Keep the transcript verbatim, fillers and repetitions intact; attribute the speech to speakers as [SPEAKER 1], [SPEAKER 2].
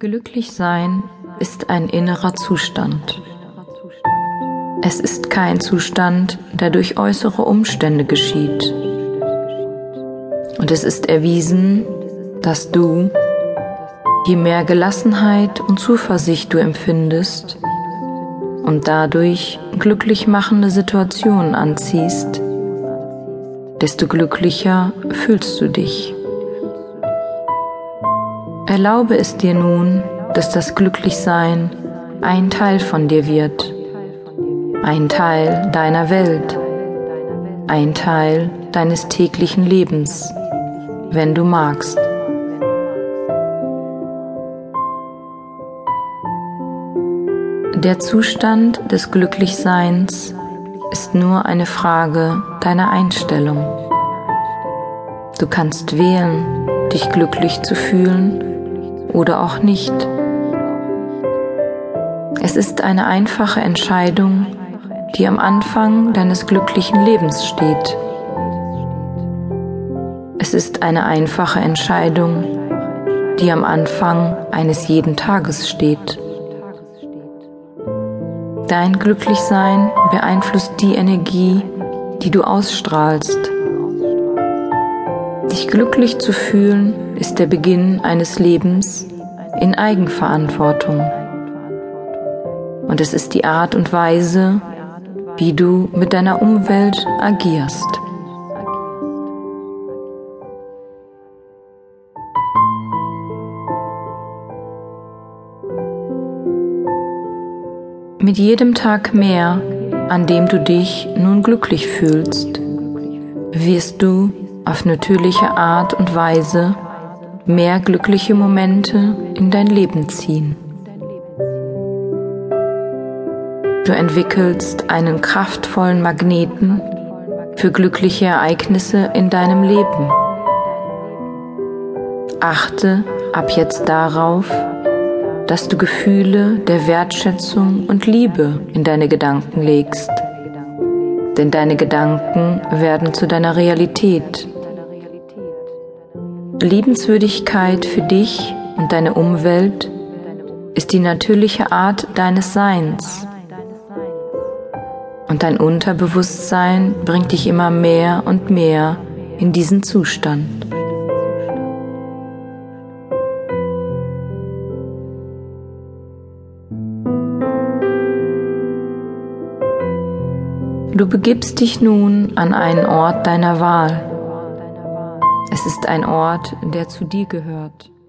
[SPEAKER 1] Glücklich sein ist ein innerer Zustand. Es ist kein Zustand, der durch äußere Umstände geschieht. Und es ist erwiesen, dass du, je mehr Gelassenheit und Zuversicht du empfindest und dadurch glücklich machende Situationen anziehst, desto glücklicher fühlst du dich. Erlaube es dir nun, dass das Glücklichsein ein Teil von dir wird, ein Teil deiner Welt, ein Teil deines täglichen Lebens, wenn du magst. Der Zustand des Glücklichseins ist nur eine Frage deiner Einstellung. Du kannst wählen, dich glücklich zu fühlen oder auch nicht. Es ist eine einfache Entscheidung, die am Anfang deines glücklichen Lebens steht. Es ist eine einfache Entscheidung, die am Anfang eines jeden Tages steht. Dein Glücklichsein beeinflusst die Energie, die du ausstrahlst. Dich glücklich zu fühlen, ist der Beginn eines Lebens in Eigenverantwortung. Und es ist die Art und Weise, wie du mit deiner Umwelt agierst. Mit jedem Tag mehr, an dem du dich nun glücklich fühlst, wirst du auf natürliche Art und Weise mehr glückliche Momente in dein Leben ziehen. Du entwickelst einen kraftvollen Magneten für glückliche Ereignisse in deinem Leben. Achte ab jetzt darauf, dass du Gefühle der Wertschätzung und Liebe in deine Gedanken legst, denn deine Gedanken werden zu deiner Realität. Liebenswürdigkeit für dich und deine Umwelt ist die natürliche Art deines Seins. Und dein Unterbewusstsein bringt dich immer mehr und mehr in diesen Zustand. Du begibst dich nun an einen Ort deiner Wahl. Es ist ein Ort, der zu dir gehört.